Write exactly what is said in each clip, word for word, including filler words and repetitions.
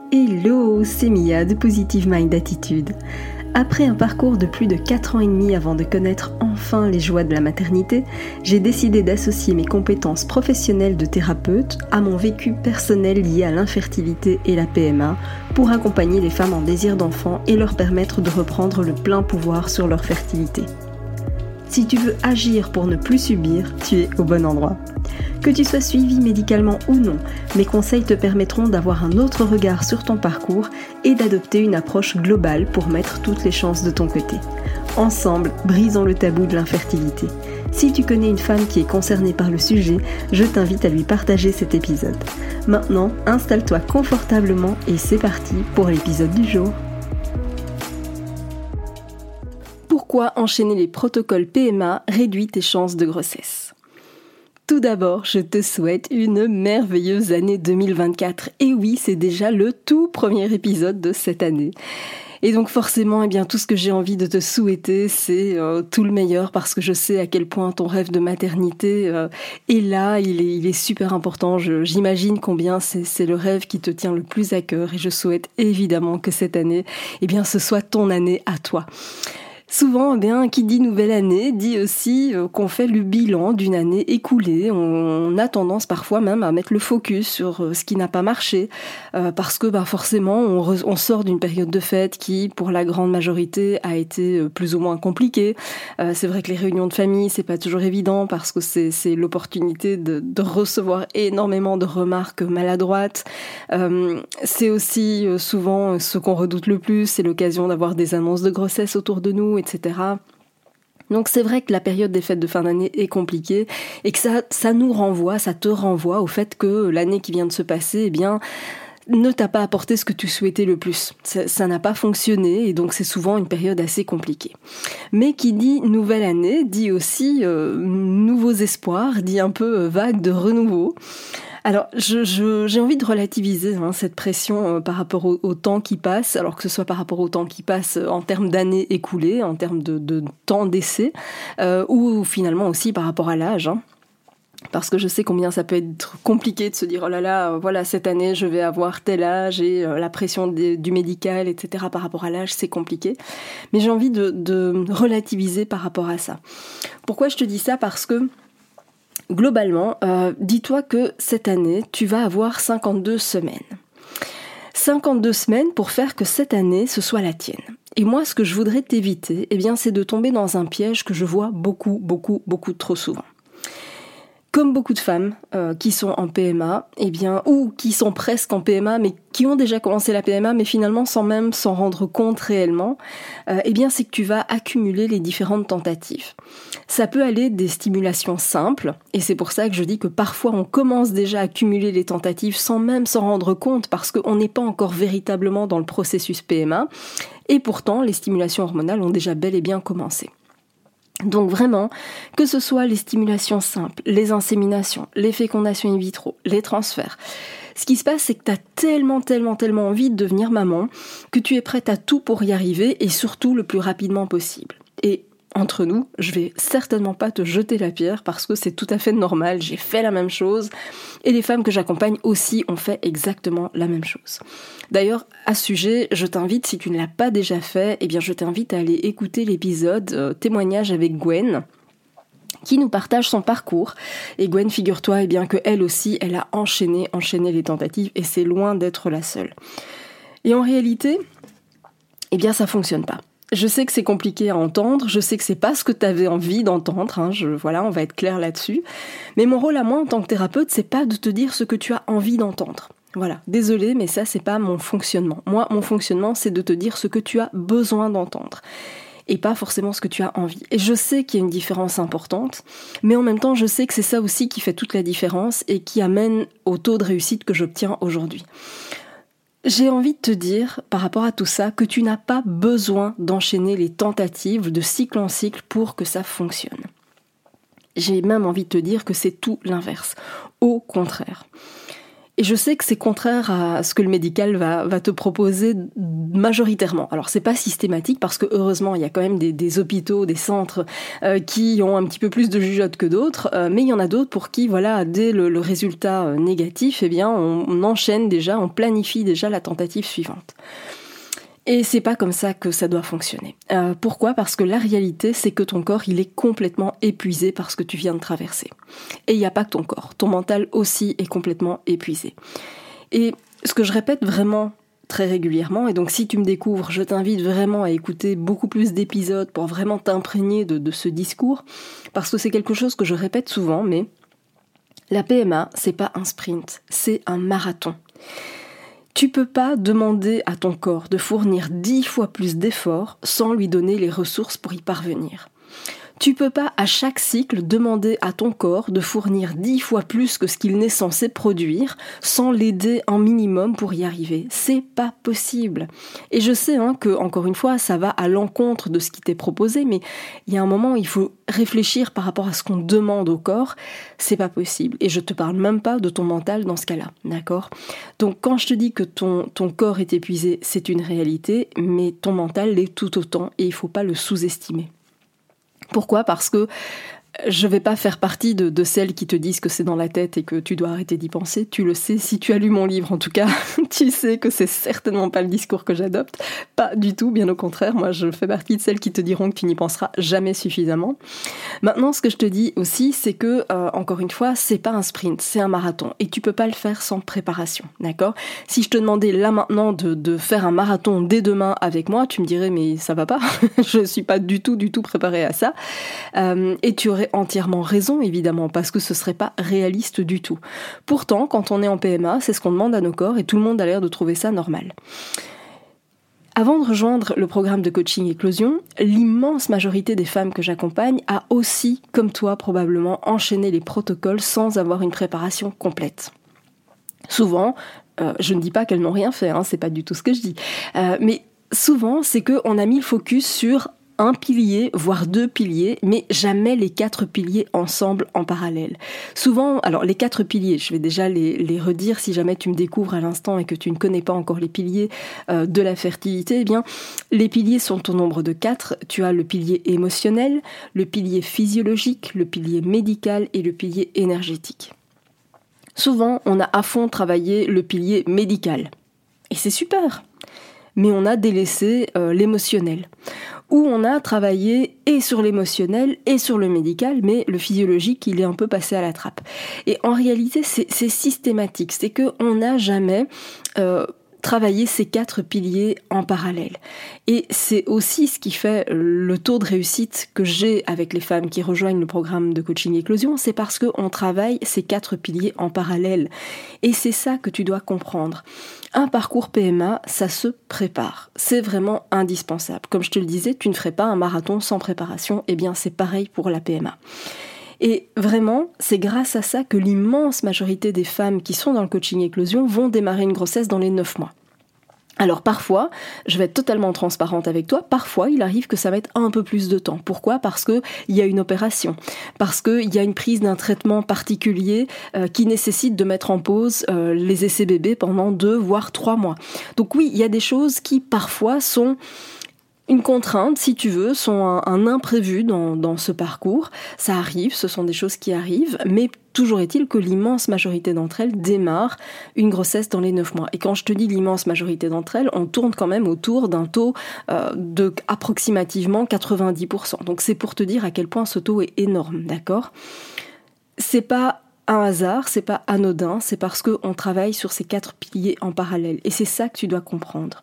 Hello, c'est Mia de Positive Mind Attitude. Après un parcours de plus de quatre ans et demi avant de connaître enfin les joies de la maternité, j'ai décidé d'associer mes compétences professionnelles de thérapeute à mon vécu personnel lié à l'infertilité et la P M A pour accompagner les femmes en désir d'enfant et leur permettre de reprendre le plein pouvoir sur leur fertilité. Si tu veux agir pour ne plus subir, tu es au bon endroit. Que tu sois suivi médicalement ou non, mes conseils te permettront d'avoir un autre regard sur ton parcours et d'adopter une approche globale pour mettre toutes les chances de ton côté. Ensemble, brisons le tabou de l'infertilité. Si tu connais une femme qui est concernée par le sujet, je t'invite à lui partager cet épisode. Maintenant, installe-toi confortablement et c'est parti pour l'épisode du jour. Pourquoi enchaîner les protocoles P M A réduit tes chances de grossesse ? Tout d'abord, je te souhaite une merveilleuse année deux mille vingt-quatre. Et oui, c'est déjà le tout premier épisode de cette année. Et donc forcément, eh bien, tout ce que j'ai envie de te souhaiter, c'est euh, tout le meilleur parce que je sais à quel point ton rêve de maternité euh, est là, il est, il est super important. Je, j'imagine combien c'est, c'est le rêve qui te tient le plus à cœur et je souhaite évidemment que cette année, eh bien, ce soit ton année à toi. Souvent, eh bien, qui dit nouvelle année dit aussi euh, qu'on fait le bilan d'une année écoulée. On a tendance parfois même à mettre le focus sur euh, ce qui n'a pas marché euh, parce que bah, forcément on, re- on sort d'une période de fête qui, pour la grande majorité, a été euh, plus ou moins compliquée. Euh, c'est vrai que les réunions de famille, c'est pas toujours évident parce que c'est, c'est l'opportunité de, de recevoir énormément de remarques maladroites. Euh, c'est aussi euh, souvent ce qu'on redoute le plus, c'est l'occasion d'avoir des annonces de grossesse autour de nous, et cetera. Donc c'est vrai que la période des fêtes de fin d'année est compliquée et que ça, ça nous renvoie, ça te renvoie au fait que l'année qui vient de se passer, eh bien, ne t'a pas apporté ce que tu souhaitais le plus. Ça, ça n'a pas fonctionné et donc c'est souvent une période assez compliquée. Mais qui dit nouvelle année, dit aussi euh, nouveaux espoirs, dit un peu euh, vague de renouveau. Alors, je, je, j'ai envie de relativiser hein, cette pression euh, par rapport au, au temps qui passe, alors que ce soit par rapport au temps qui passe en termes d'années écoulées, en termes de, de temps d'essai, euh, ou finalement aussi par rapport à l'âge. Hein. Parce que je sais combien ça peut être compliqué de se dire « Oh là là, euh, voilà, cette année, je vais avoir tel âge et euh, la pression des, du médical, et cetera par rapport à l'âge, c'est compliqué. » Mais j'ai envie de, de relativiser par rapport à ça. Pourquoi je te dis ça ? Parce que globalement, euh, dis-toi que cette année, tu vas avoir cinquante-deux semaines. cinquante-deux semaines pour faire que cette année, ce soit la tienne. Et moi, ce que je voudrais t'éviter, eh bien, c'est de tomber dans un piège que je vois beaucoup, beaucoup, beaucoup trop souvent. Comme beaucoup de femmes euh, qui sont en P M A, eh bien, ou qui sont presque en P M A, mais qui ont déjà commencé la P M A, mais finalement sans même s'en rendre compte réellement, euh, eh bien, c'est que tu vas accumuler les différentes tentatives. Ça peut aller des stimulations simples, et c'est pour ça que je dis que parfois on commence déjà à accumuler les tentatives sans même s'en rendre compte, parce qu'on n'est pas encore véritablement dans le processus P M A, et pourtant les stimulations hormonales ont déjà bel et bien commencé. Donc vraiment, que ce soit les stimulations simples, les inséminations, les fécondations in vitro, les transferts, ce qui se passe, c'est que tu as tellement, tellement, tellement envie de devenir maman que tu es prête à tout pour y arriver et surtout le plus rapidement possible. Et entre nous, je vais certainement pas te jeter la pierre parce que c'est tout à fait normal, j'ai fait la même chose et les femmes que j'accompagne aussi ont fait exactement la même chose. D'ailleurs, à ce sujet, je t'invite, si tu ne l'as pas déjà fait, eh bien je t'invite à aller écouter l'épisode euh, témoignage avec Gwen, qui nous partage son parcours. Et Gwen, figure-toi, eh bien que elle aussi, elle a enchaîné, enchaîné les tentatives et c'est loin d'être la seule. Et en réalité, eh bien ça fonctionne pas. Je sais que c'est compliqué à entendre, je sais que c'est pas ce que tu avais envie d'entendre, hein, je, voilà, on va être clair là-dessus. Mais mon rôle à moi en tant que thérapeute, c'est pas de te dire ce que tu as envie d'entendre. Voilà, désolée, mais ça c'est pas mon fonctionnement. Moi, mon fonctionnement, c'est de te dire ce que tu as besoin d'entendre. Et pas forcément ce que tu as envie. Et je sais qu'il y a une différence importante, mais en même temps, je sais que c'est ça aussi qui fait toute la différence et qui amène au taux de réussite que j'obtiens aujourd'hui. J'ai envie de te dire, par rapport à tout ça, que tu n'as pas besoin d'enchaîner les tentatives de cycle en cycle pour que ça fonctionne. J'ai même envie de te dire que c'est tout l'inverse. Au contraire. Et je sais que c'est contraire à ce que le médical va, va te proposer majoritairement. Alors c'est pas systématique parce que heureusement il y a quand même des, des hôpitaux, des centres euh, qui ont un petit peu plus de jugeote que d'autres, euh, mais il y en a d'autres pour qui voilà dès le, le résultat euh, négatif, eh bien on, on enchaîne déjà, on planifie déjà la tentative suivante. Et c'est pas comme ça que ça doit fonctionner. Euh, pourquoi ? Parce que la réalité, c'est que ton corps, il est complètement épuisé par ce que tu viens de traverser. Et il n'y a pas que ton corps. Ton mental aussi est complètement épuisé. Et ce que je répète vraiment très régulièrement, et donc si tu me découvres, je t'invite vraiment à écouter beaucoup plus d'épisodes pour vraiment t'imprégner de, de ce discours, parce que c'est quelque chose que je répète souvent, mais la P M A, c'est pas un sprint, c'est un marathon. Tu peux pas demander à ton corps de fournir dix fois plus d'efforts sans lui donner les ressources pour y parvenir. Tu peux pas à chaque cycle demander à ton corps de fournir dix fois plus que ce qu'il n'est censé produire sans l'aider un minimum pour y arriver. C'est pas possible. Et je sais hein, que, encore une fois, ça va à l'encontre de ce qui t'est proposé, mais il y a un moment où il faut réfléchir par rapport à ce qu'on demande au corps. C'est pas possible. Et je te parle même pas de ton mental dans ce cas-là, d'accord ? Donc quand je te dis que ton, ton corps est épuisé, c'est une réalité, mais ton mental l'est tout autant et il faut pas le sous-estimer. Pourquoi ? Parce que je vais pas faire partie de, de celles qui te disent que c'est dans la tête et que tu dois arrêter d'y penser. Tu le sais, si tu as lu mon livre en tout cas, tu sais que c'est certainement pas le discours que j'adopte. Pas du tout, bien au contraire. Moi, je fais partie de celles qui te diront que tu n'y penseras jamais suffisamment. Maintenant, ce que je te dis aussi, c'est que, euh, encore une fois, c'est pas un sprint, c'est un marathon. Et tu peux pas le faire sans préparation, d'accord ? Si je te demandais là maintenant de, de faire un marathon dès demain avec moi, tu me dirais, mais ça va pas. Je suis pas du tout, du tout préparée à ça. Euh, et tu aurais entièrement raison, évidemment, parce que ce serait pas réaliste du tout. Pourtant, quand on est en P M A, c'est ce qu'on demande à nos corps et tout le monde a l'air de trouver ça normal. Avant de rejoindre le programme de coaching Éclosion, l'immense majorité des femmes que j'accompagne a aussi, comme toi probablement, enchaîné les protocoles sans avoir une préparation complète. Souvent, euh, je ne dis pas qu'elles n'ont rien fait, hein, c'est pas du tout ce que je dis, euh, mais souvent c'est qu'on a mis le focus sur un pilier, voire deux piliers, mais jamais les quatre piliers ensemble en parallèle. Souvent, alors les quatre piliers, je vais déjà les, les redire si jamais tu me découvres à l'instant et que tu ne connais pas encore les piliers euh, de la fertilité, eh bien, les piliers sont au nombre de quatre. Tu as le pilier émotionnel, le pilier physiologique, le pilier médical et le pilier énergétique. Souvent, on a à fond travaillé le pilier médical. Et c'est super, mais on a délaissé euh, l'émotionnel. Où on a travaillé et sur l'émotionnel et sur le médical, mais le physiologique, il est un peu passé à la trappe. Et en réalité, c'est, c'est systématique, c'est qu'on n'a jamais euh, travaillé ces quatre piliers en parallèle. Et c'est aussi ce qui fait le taux de réussite que j'ai avec les femmes qui rejoignent le programme de coaching Éclosion, c'est parce qu'on travaille ces quatre piliers en parallèle. Et c'est ça que tu dois comprendre. Un parcours P M A, ça se prépare. C'est vraiment indispensable. Comme je te le disais, tu ne ferais pas un marathon sans préparation. Eh bien, c'est pareil pour la P M A. Et vraiment, c'est grâce à ça que l'immense majorité des femmes qui sont dans le coaching Éclosion vont démarrer une grossesse dans les neuf mois. Alors parfois, je vais être totalement transparente avec toi, parfois il arrive que ça va être un peu plus de temps. Pourquoi ? Parce qu'il y a une opération, parce qu'il y a une prise d'un traitement particulier euh, qui nécessite de mettre en pause euh, les essais bébés pendant deux voire trois mois. Donc oui, il y a des choses qui parfois sont une contrainte, si tu veux, sont un, un imprévu dans, dans ce parcours. Ça arrive, ce sont des choses qui arrivent, mais toujours est-il que l'immense majorité d'entre elles démarrent une grossesse dans les neuf mois. Et quand je te dis l'immense majorité d'entre elles, on tourne quand même autour d'un taux euh, de approximativement quatre-vingt-dix pour cent. Donc c'est pour te dire à quel point ce taux est énorme, d'accord ? C'est pas un hasard, c'est pas anodin, c'est parce qu'on travaille sur ces quatre piliers en parallèle. Et c'est ça que tu dois comprendre.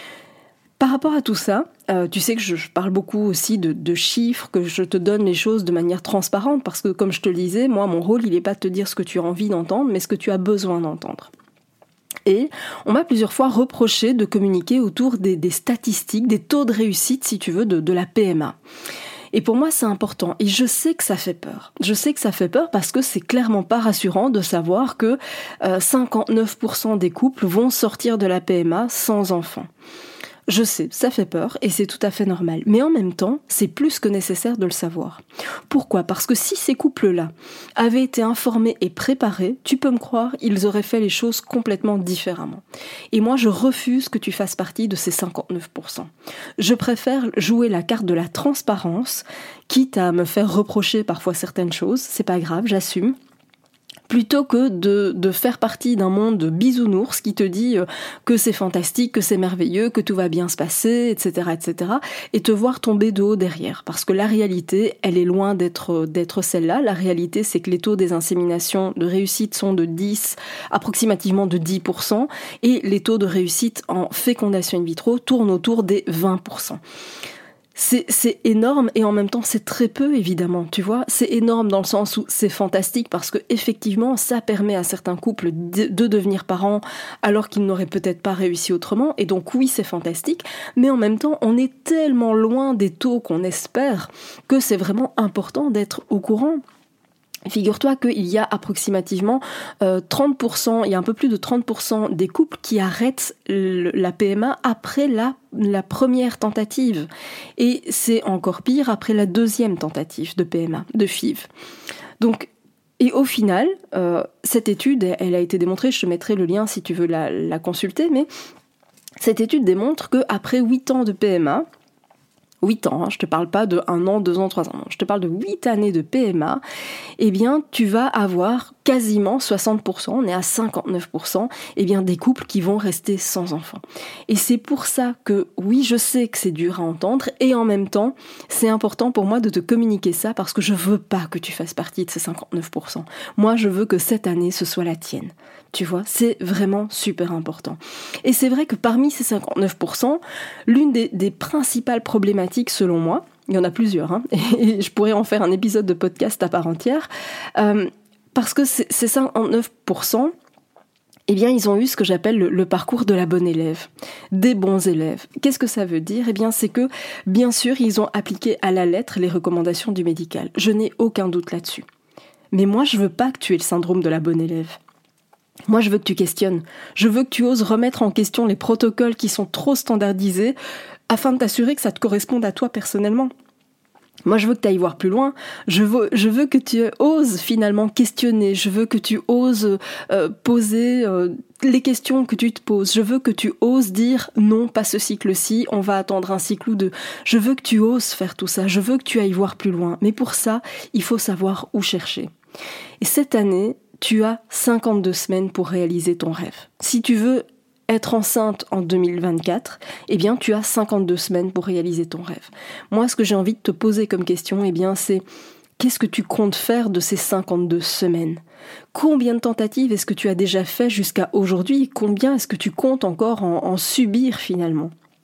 Par rapport à tout ça, euh, tu sais que je, je parle beaucoup aussi de, de chiffres, que je te donne les choses de manière transparente, parce que comme je te le disais, moi, mon rôle, il n'est pas de te dire ce que tu as envie d'entendre, mais ce que tu as besoin d'entendre. Et on m'a plusieurs fois reproché de communiquer autour des, des statistiques, des taux de réussite, si tu veux, de, de la P M A. Et pour moi, c'est important. Et je sais que ça fait peur. Je sais que ça fait peur parce que c'est clairement pas rassurant de savoir que euh, cinquante-neuf pour cent des couples vont sortir de la P M A sans enfant. Je sais, ça fait peur et c'est tout à fait normal. Mais en même temps, c'est plus que nécessaire de le savoir. Pourquoi ? Parce que si ces couples-là avaient été informés et préparés, tu peux me croire, ils auraient fait les choses complètement différemment. Et moi, je refuse que tu fasses partie de ces cinquante-neuf pour cent. Je préfère jouer la carte de la transparence, quitte à me faire reprocher parfois certaines choses. C'est pas grave, j'assume. Plutôt que de, de faire partie d'un monde de bisounours qui te dit que c'est fantastique, que c'est merveilleux, que tout va bien se passer, et cetera, et cetera, et te voir tomber de haut derrière. Parce que la réalité, elle est loin d'être, d'être celle-là. La réalité, c'est que les taux des inséminations de réussite sont de dix, approximativement de dix pour cent, et les taux de réussite en fécondation in vitro tournent autour des vingt pour cent. C'est, c'est énorme et en même temps c'est très peu évidemment, tu vois. C'est énorme dans le sens où c'est fantastique parce que effectivement ça permet à certains couples de, de devenir parents alors qu'ils n'auraient peut-être pas réussi autrement. Et donc oui c'est fantastique, mais en même temps on est tellement loin des taux qu'on espère que c'est vraiment important d'être au courant. Figure-toi qu'il y a approximativement euh, trente pour cent, il y a un peu plus de trente pour cent des couples qui arrêtent le, la P M A après la, la première tentative. Et c'est encore pire après la deuxième tentative de P M A, de F I V. Donc, et au final, euh, cette étude, elle a été démontrée, je te mettrai le lien si tu veux la, la consulter, mais cette étude démontre qu'après huit ans de P M A, huit ans, hein, je te parle pas de un an, deux ans, trois ans, non, je te parle de huit années de P M A, eh bien, tu vas avoir quasiment soixante pour cent, on est à cinquante-neuf pour cent, eh bien, des couples qui vont rester sans enfants. Et c'est pour ça que, oui, je sais que c'est dur à entendre, et en même temps, c'est important pour moi de te communiquer ça, parce que je veux pas que tu fasses partie de ces cinquante-neuf pour cent. Moi, je veux que cette année, ce soit la tienne. Tu vois, c'est vraiment super important. Et c'est vrai que parmi ces cinquante-neuf pour cent, l'une des, des principales problématiques, selon moi, il y en a plusieurs, hein, et je pourrais en faire un épisode de podcast à part entière, euh, parce que ces, ces cinquante-neuf pour cent, eh bien, ils ont eu ce que j'appelle le, le parcours de la bonne élève, des bons élèves. Qu'est-ce que ça veut dire ? Eh bien, c'est que, bien sûr, ils ont appliqué à la lettre les recommandations du médical. Je n'ai aucun doute là-dessus. Mais moi, je veux pas que tu aies le syndrome de la bonne élève. Moi, je veux que tu questionnes. Je veux que tu oses remettre en question les protocoles qui sont trop standardisés afin de t'assurer que ça te corresponde à toi personnellement. Moi, je veux que tu ailles voir plus loin. Je veux, je veux que tu oses finalement questionner. Je veux que tu oses euh, poser euh, les questions que tu te poses. Je veux que tu oses dire non, pas ce cycle-ci, on va attendre un cycle ou deux. Je veux que tu oses faire tout ça. Je veux que tu ailles voir plus loin. Mais pour ça, il faut savoir où chercher. Et cette année, tu as cinquante-deux semaines pour réaliser ton rêve. Si tu veux être enceinte en deux mille vingt-quatre, eh bien, tu as cinquante-deux semaines pour réaliser ton rêve. Moi, ce que j'ai envie de te poser comme question, eh bien, c'est qu'est-ce que tu comptes faire de ces cinquante-deux semaines ? Combien de tentatives est-ce que tu as déjà fait jusqu'à aujourd'hui ? Combien est-ce que tu comptes encore en, en subir finalement ?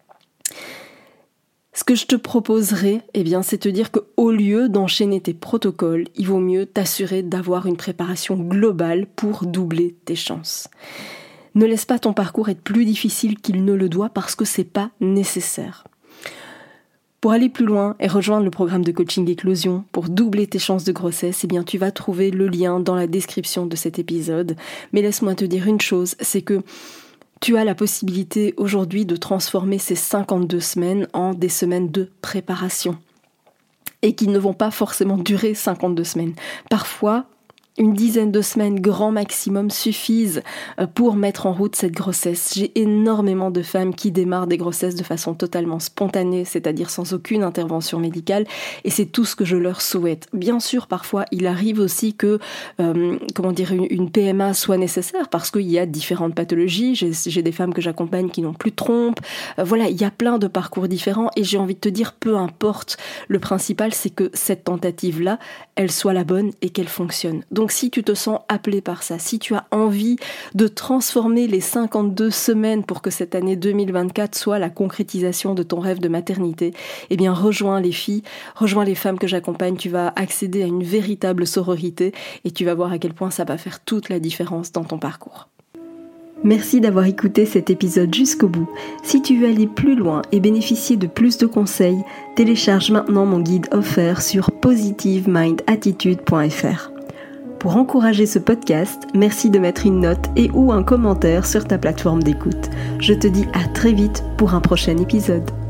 Ce que je te proposerais, eh bien, c'est te dire qu'au lieu d'enchaîner tes protocoles, il vaut mieux t'assurer d'avoir une préparation globale pour doubler tes chances. Ne laisse pas ton parcours être plus difficile qu'il ne le doit parce que c'est pas nécessaire. Pour aller plus loin et rejoindre le programme de coaching éclosion pour doubler tes chances de grossesse, eh bien, tu vas trouver le lien dans la description de cet épisode. Mais laisse-moi te dire une chose, c'est que tu as la possibilité aujourd'hui de transformer ces cinquante-deux semaines en des semaines de préparation et qui ne vont pas forcément durer cinquante-deux semaines. Parfois, une dizaine de semaines grand maximum suffisent pour mettre en route cette grossesse. J'ai énormément de femmes qui démarrent des grossesses de façon totalement spontanée, c'est-à-dire sans aucune intervention médicale, et c'est tout ce que je leur souhaite. Bien sûr, parfois, il arrive aussi que, euh, comment dire, une, une P M A soit nécessaire parce qu'il y a différentes pathologies. J'ai, j'ai des femmes que j'accompagne qui n'ont plus de trompe. Euh, voilà, il y a plein de parcours différents et j'ai envie de te dire, peu importe. Le principal, c'est que cette tentative-là, elle soit la bonne et qu'elle fonctionne. Donc, Donc si tu te sens appelé par ça, si tu as envie de transformer les cinquante-deux semaines pour que cette année deux mille vingt-quatre soit la concrétisation de ton rêve de maternité, eh bien rejoins les filles, rejoins les femmes que j'accompagne, tu vas accéder à une véritable sororité et tu vas voir à quel point ça va faire toute la différence dans ton parcours. Merci d'avoir écouté cet épisode jusqu'au bout. Si tu veux aller plus loin et bénéficier de plus de conseils, télécharge maintenant mon guide offert sur positive mind attitude point f r. Pour encourager ce podcast, merci de mettre une note et ou un commentaire sur ta plateforme d'écoute. Je te dis à très vite pour un prochain épisode.